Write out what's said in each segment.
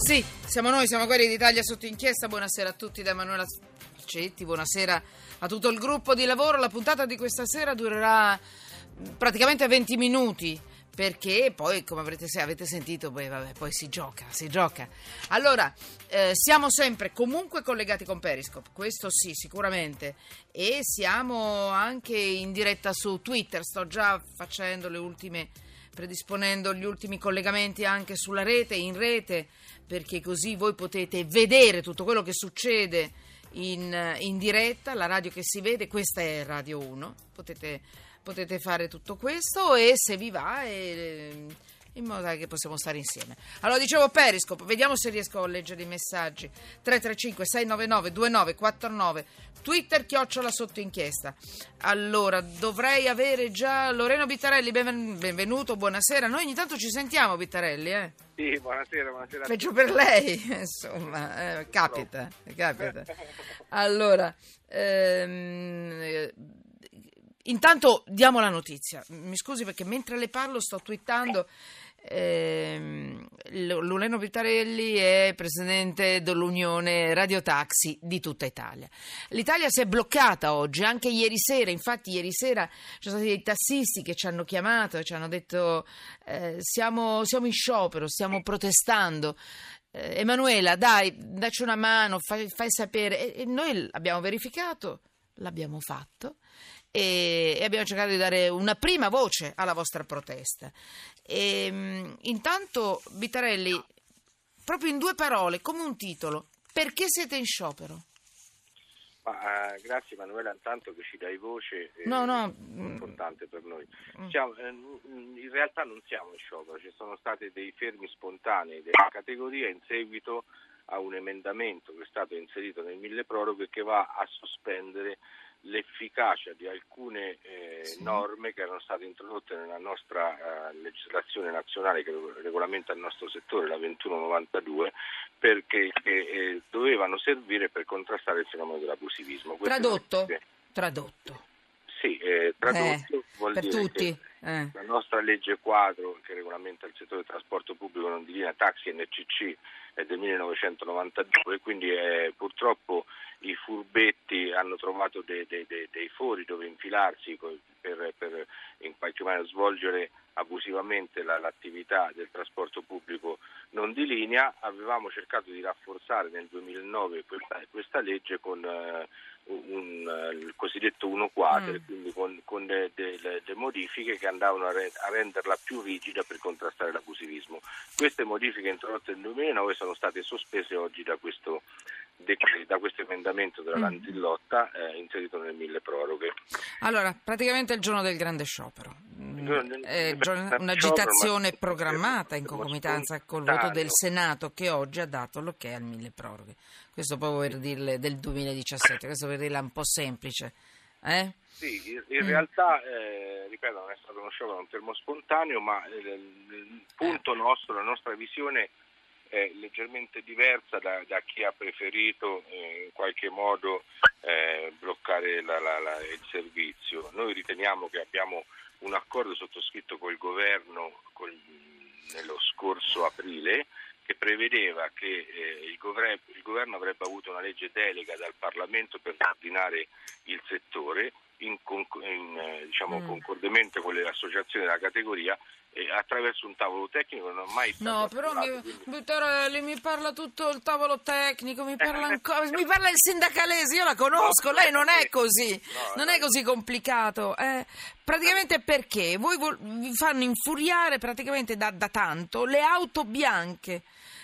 Sì, siamo noi, siamo quelli d'Italia sotto inchiesta. Buonasera a tutti da Emanuela Cetti, buonasera a tutto il gruppo di lavoro. La puntata di questa sera durerà praticamente 20 minuti, perché poi, come avete sentito, poi si gioca. Allora, siamo sempre comunque collegati con Periscope, questo sì, sicuramente, e siamo anche in diretta su Twitter. Sto già facendo predisponendo gli ultimi collegamenti anche sulla rete, in rete, perché così voi potete vedere tutto quello che succede in diretta, la radio che si vede. Questa è Radio 1, potete fare tutto questo, e se vi va, in modo tale che possiamo stare insieme. Allora, dicevo Periscope, vediamo se riesco a leggere i messaggi. 335-699-2949, Twitter @sottoinchiesta. Allora, dovrei avere già Loreno Bittarelli, benvenuto, buonasera. Noi ogni tanto ci sentiamo, Bittarelli, Sì, buonasera. Peggio per lei, insomma, capita. Allora, intanto diamo la notizia. Mi scusi perché mentre le parlo sto twittando. Loreno Bittarelli è presidente dell'Unione Radiotaxi di tutta Italia. L'Italia si è bloccata oggi, anche ieri sera. Infatti ieri sera ci sono stati dei tassisti che ci hanno chiamato e ci hanno detto siamo in sciopero, stiamo protestando. Emanuela, dacci una mano, fai sapere. E noi abbiamo verificato, l'abbiamo fatto e abbiamo cercato di dare una prima voce alla vostra protesta. Intanto, Bittarelli, proprio in 2 parole, come un titolo, perché siete in sciopero? Grazie Manuela, intanto che ci dai voce, No. è importante per noi. In realtà non siamo in sciopero, ci sono stati dei fermi spontanei della categoria in seguito a un emendamento che è stato inserito nel milleproroghe che va a sospendere l'efficacia di alcune norme che erano state introdotte nella nostra legislazione nazionale che regolamenta il nostro settore, la 2192, perché dovevano servire per contrastare il fenomeno dell'abusivismo. Tradotto? Sì, tradotto vuol per dire tutti. Che la nostra legge quadro che regolamenta il settore del trasporto pubblico non di linea taxi NCC è del 1992, quindi purtroppo i furbetti hanno trovato dei fori dove infilarsi per in qualche maniera svolgere abusivamente l'attività del trasporto pubblico non di linea. Avevamo cercato di rafforzare nel 2009 questa legge con il cosiddetto 1 quater, quindi con delle modifiche che andavano a renderla più rigida per contrastare l'abusivismo. Queste modifiche introdotte nel 2009 sono state sospese oggi da questo emendamento della Lanzillotta inserito nel milleproroghe. Allora, praticamente è il giorno del grande sciopero. È un'agitazione programmata in concomitanza col voto del Senato, che oggi ha dato l'ok al milleproroghe. Questo proprio per dirle del 2017, questo per dirla un po' semplice. Sì, in realtà, ripeto, non è stato uno sciopero, un fermo spontaneo, ma il punto nostro, la nostra visione è leggermente diversa da chi ha preferito in qualche modo bloccare il servizio. Noi riteniamo che abbiamo un accordo sottoscritto col governo nello scorso aprile che prevedeva che il governo avrebbe avuto una legge delega dal Parlamento per coordinare il settore concordemente con le associazioni della categoria attraverso un tavolo tecnico non mai stato attivato. Bittarelli mi parla tutto il tavolo tecnico, mi parla il sindacalese, io la conosco, lei non è così, non è così complicato. Praticamente perché voi vi fanno infuriare praticamente da tanto le auto bianche,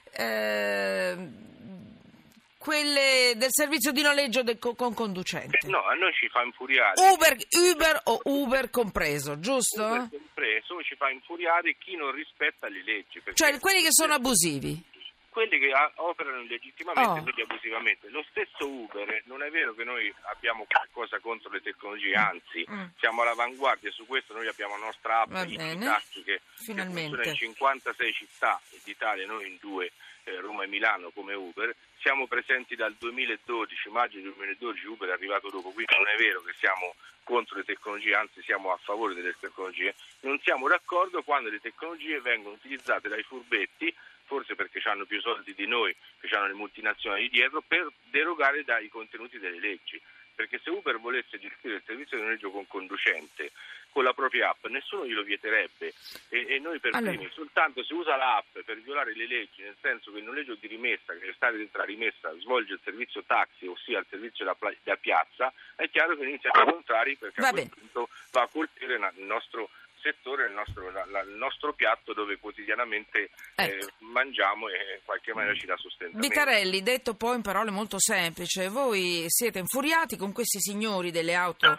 quelle del servizio di noleggio con conducente. No, a noi ci fa infuriare. Uber compreso, giusto? Uber compreso, ci fa infuriare chi non rispetta le leggi. Cioè quelli che sono abusivi. Quelli che operano illegittimamente, quindi abusivamente. Lo stesso Uber, non è vero che noi abbiamo qualcosa contro le tecnologie, anzi siamo all'avanguardia su questo. Noi abbiamo la nostra app Taxi che funziona in 56 città d'Italia, noi in 2, Roma e Milano come Uber. Siamo presenti dal 2012, maggio 2012, Uber è arrivato dopo, quindi non è vero che siamo contro le tecnologie, anzi siamo a favore delle tecnologie. Non siamo d'accordo quando le tecnologie vengono utilizzate dai furbetti forse perché hanno più soldi di noi, che hanno le multinazionali dietro, per derogare dai contenuti delle leggi. Perché se Uber volesse gestire il servizio di noleggio con conducente con la propria app, nessuno glielo vieterebbe, e noi per primi, soltanto se usa l'app per violare le leggi, nel senso che il noleggio di rimessa, che l'estare dentro la rimessa svolge il servizio taxi, ossia il servizio da piazza, è chiaro che iniziano i contrari, perché a quel punto va a colpire il nostro settore, il nostro piatto dove quotidianamente mangiamo e in qualche maniera ci dà sostentamento. Vitarelli, detto poi in parole molto semplici, voi siete infuriati con questi signori delle auto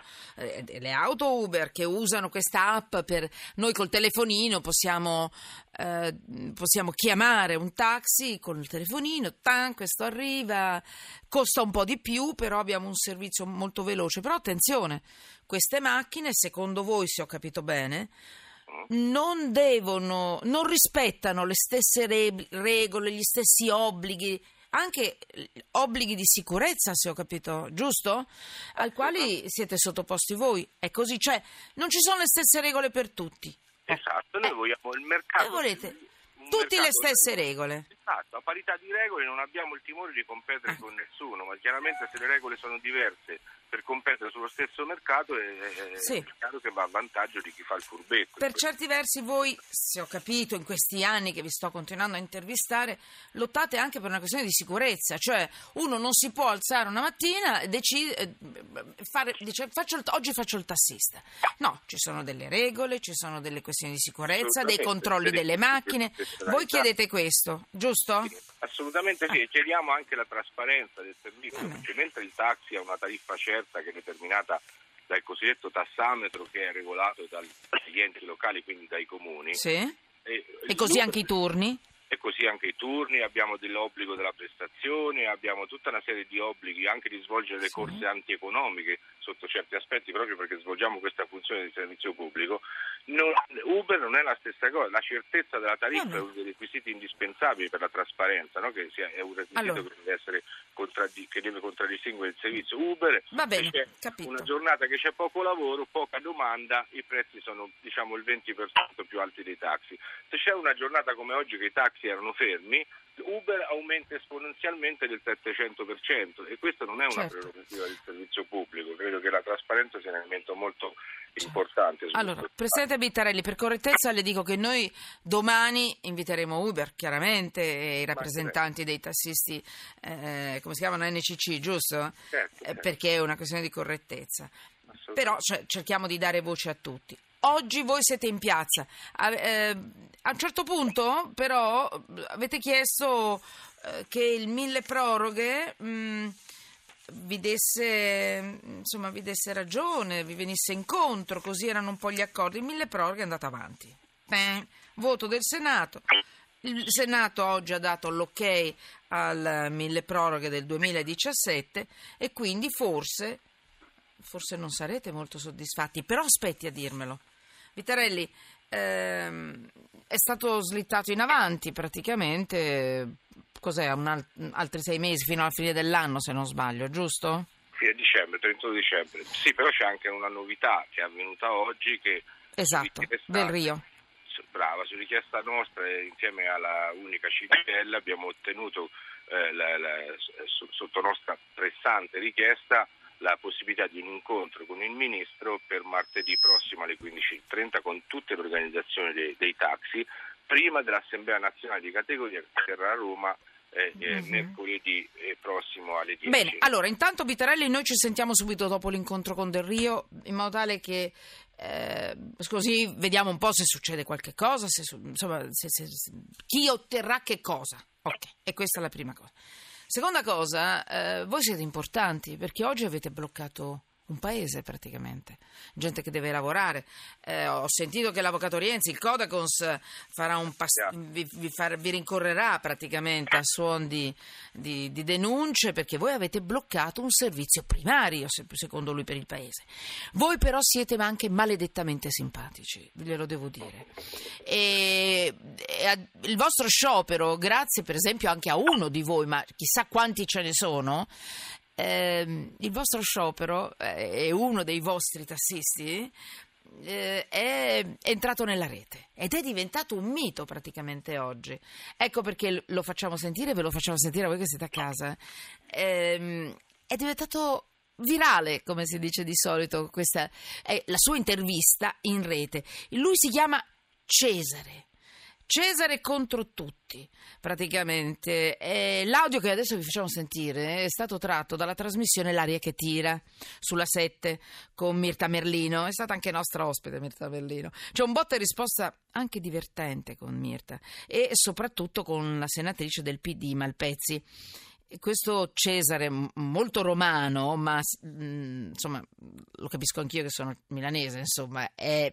Uber che usano questa app per noi col telefonino possiamo chiamare un taxi con il telefonino, questo arriva, costa un po' di più, però abbiamo un servizio molto veloce. Però attenzione, queste macchine, secondo voi, se ho capito bene, non rispettano le stesse regole, gli stessi obblighi, anche obblighi di sicurezza, se ho capito, giusto? Ai quali siete sottoposti voi. È così, cioè non ci sono le stesse regole per tutti. Esatto, noi vogliamo il mercato. Voi volete tutte le stesse regole. Esatto, a parità di regole non abbiamo il timore di competere con nessuno, ma chiaramente se le regole sono diverse per competere sullo stesso mercato è chiaro che va a vantaggio di chi fa il furbetto. Per certi versi voi, se ho capito, in questi anni che vi sto continuando a intervistare, lottate anche per una questione di sicurezza, cioè uno non si può alzare una mattina e decide oggi faccio il tassista. No, ci sono delle regole, ci sono delle questioni di sicurezza, dei controlli delle macchine. Voi chiedete questo, giusto? Sì, assolutamente sì, chiediamo anche la trasparenza del servizio, perché mentre il taxi ha una tariffa certa che è determinata dal cosiddetto tassametro, che è regolato dagli enti locali, quindi dai comuni. Sì. E così anche i turni? E così anche i turni, abbiamo dell'obbligo della prestazione, abbiamo tutta una serie di obblighi anche di svolgere le corse antieconomiche sotto certi aspetti, proprio perché svolgiamo questa funzione di servizio pubblico. Uber non è la stessa cosa, la certezza della tariffa è uno dei requisiti indispensabili per la trasparenza, no? Che è un requisito che deve essere che deve contraddistinguere il servizio. Uber, se c'è una giornata che c'è poco lavoro, poca domanda, i prezzi sono diciamo il 20% più alti dei taxi. Se c'è una giornata come oggi che i taxi erano fermi, Uber aumenta esponenzialmente del 700%, e questo non è una prerogativa del servizio pubblico. Credo che la trasparenza sia un elemento molto importante. Allora, Presidente Vitarelli, per correttezza le dico che noi domani inviteremo Uber, chiaramente, e i rappresentanti dei tassisti, come si chiamano, NCC, giusto? Certo. Perché è una questione di correttezza. Però cerchiamo di dare voce a tutti. Oggi voi siete in piazza. A un certo punto, però, avete chiesto che il milleproroghe vi desse ragione, vi venisse incontro, così erano un po' gli accordi. Il milleproroghe è andato avanti. Voto del Senato. Il Senato oggi ha dato l'ok al milleproroghe del 2017 e quindi forse non sarete molto soddisfatti, però aspetti a dirmelo. Vitarelli, è stato slittato in avanti praticamente, cos'è, altri 6 mesi fino alla fine dell'anno, se non sbaglio, giusto? Fine dicembre, 31 dicembre. Sì, però c'è anche una novità che è avvenuta oggi che... Esatto, del Rio. Brava, su richiesta nostra insieme alla unica CGIL abbiamo ottenuto sotto nostra pressante richiesta la possibilità di un incontro con il Ministro per martedì prossimo alle 15:30 con tutte le organizzazioni dei taxi, prima dell'Assemblea Nazionale di Categoria che sarà a Roma mercoledì prossimo alle 10. Bene, allora intanto Vitarelli noi ci sentiamo subito dopo l'incontro con Del Rio, in modo tale che così vediamo un po' se succede qualche cosa, chi otterrà che cosa. Ok, e questa è la prima cosa. Seconda cosa, voi siete importanti perché oggi avete bloccato un paese praticamente, gente che deve lavorare. Ho sentito che l'avvocato Rienzi, il Codacons, farà vi rincorrerà praticamente a suon di denunce, perché voi avete bloccato un servizio primario, secondo lui, per il paese. Voi però siete anche maledettamente simpatici, glielo devo dire. E il vostro sciopero, grazie per esempio anche a uno di voi, ma chissà quanti ce ne sono, il vostro sciopero e uno dei vostri tassisti è entrato nella rete ed è diventato un mito praticamente oggi. Ecco perché lo facciamo sentire, ve lo facciamo sentire a voi che siete a casa. È diventato virale, come si dice di solito, questa è la sua intervista in rete. Lui si chiama Cesare contro tutti, praticamente. L'audio che adesso vi facciamo sentire è stato tratto dalla trasmissione L'aria che tira sulla 7 con Mirta Merlino. È stata anche nostra ospite Mirta Merlino. C'è un botta e risposta anche divertente con Mirta e soprattutto con la senatrice del PD Malpezzi. Questo Cesare molto romano, ma insomma lo capisco anch'io che sono milanese, insomma è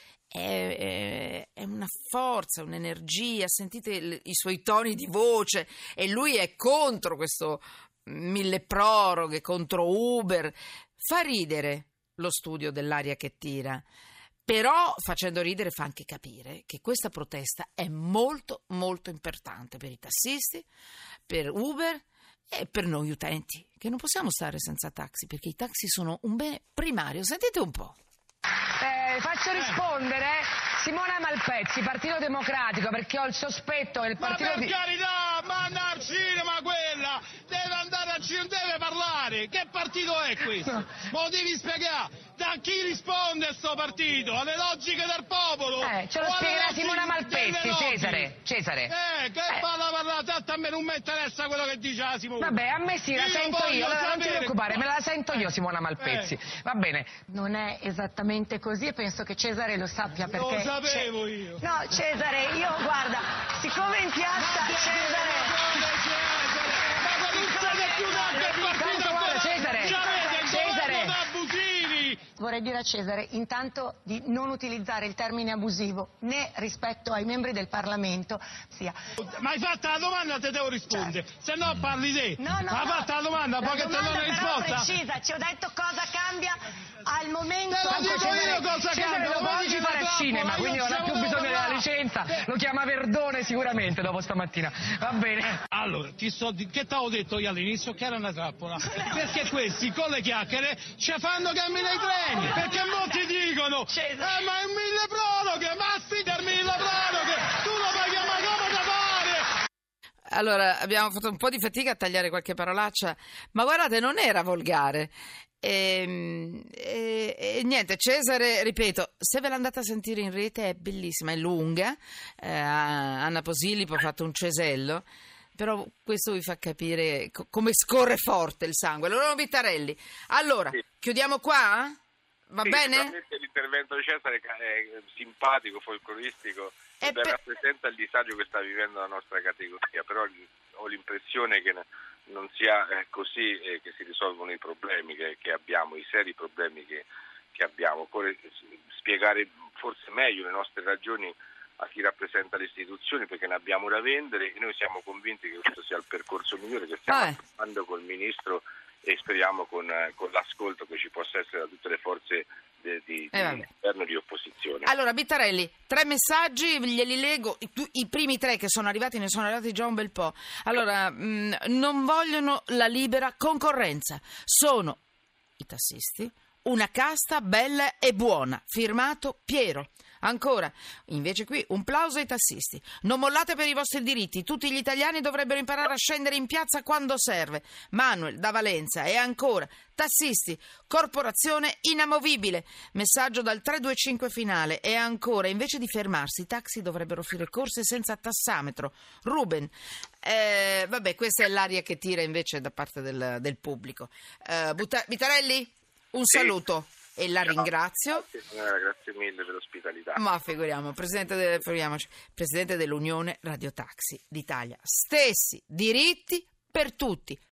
una forza, un'energia, sentite i suoi toni di voce, e lui è contro questo milleproroghe, contro Uber. Fa ridere lo studio dell'aria che tira, però facendo ridere fa anche capire che questa protesta è molto molto importante per i tassisti, per Uber e per noi utenti, che non possiamo stare senza taxi, perché i taxi sono un bene primario. Sentite un po'. Faccio rispondere Simona Malpezzi, Partito Democratico, perché ho il sospetto che il partito ma per carità, manda al cinema quella, deve andare al cinema, deve parlare. Che partito è questo? Me lo devi spiegare. Da chi risponde sto partito? Alle logiche del popolo? Ce lo spiegherà Simona Malpezzi, Cesare. Che parla, tanto a me non mi interessa quello che dice la Simona. Vabbè, a me sì, la sento io, allora non ti preoccupare, me la sento io Simona Malpezzi. Va bene. Non è esattamente così e penso che Cesare lo sappia, perché... Lo sapevo io. No, Cesare, io guarda, siccome in piazza vorrei dire a Cesare intanto di non utilizzare il termine abusivo né rispetto ai membri del Parlamento sia. Ma hai fatto la domanda, te devo rispondere, se no parli te. No, hai fatto la domanda, poi che te do una risposta. Precisa, ci ho detto cosa cambia al momento. Te lo dico io cosa Cesare cambia. lo può oggi fare al cinema, quindi non ha più bisogno della licenza, lo chiama Verdone sicuramente dopo stamattina. Va bene. Allora, che ti avevo detto io all'inizio che era una trappola, perché questi con le chiacchiere ci fanno camminare i treni, perché molti dicono ma è un milleproroghe, ma sì del milleproroghe, tu lo paghi ma come da fare? Allora, abbiamo fatto un po' di fatica a tagliare qualche parolaccia, ma guardate, non era volgare. E niente, Cesare, ripeto, se ve l'andate a sentire in rete è bellissima, è lunga. Anna Posillipo ha fatto un cesello, però questo vi fa capire come scorre forte il sangue. Allora, Vittarelli, allora, sì. Chiudiamo qua? Va bene? L'intervento di Cesare è simpatico, folcloristico, rappresenta il disagio che sta vivendo la nostra categoria, però ho l'impressione che non sia così che si risolvono i problemi che abbiamo, i seri problemi che abbiamo. Occorre spiegare forse meglio le nostre ragioni a chi rappresenta le istituzioni, perché ne abbiamo da vendere, e noi siamo convinti che questo sia il percorso migliore che stiamo affrontando col Ministro, e speriamo con l'ascolto che ci possa essere da tutte le forze di governo e di opposizione. Allora, Vittarelli, 3 messaggi, glieli leggo, i primi 3 che sono arrivati, ne sono arrivati già un bel po'. Allora, non vogliono la libera concorrenza, sono i tassisti una casta bella e buona, firmato Piero. Ancora, invece qui, un plauso ai tassisti. Non mollate per i vostri diritti, tutti gli italiani dovrebbero imparare a scendere in piazza quando serve. Manuel da Valenza. E ancora, tassisti, corporazione inamovibile. Messaggio dal 325 finale. E ancora, invece di fermarsi, i taxi dovrebbero fare corse senza tassametro. Ruben. Vabbè, questa è l'aria che tira invece da parte del pubblico. Vittarelli, un saluto. E la ringrazio. Grazie mille per l'ospitalità. Ma figuriamo, Presidente dell'Unione Radio Taxi d'Italia. Stessi diritti per tutti.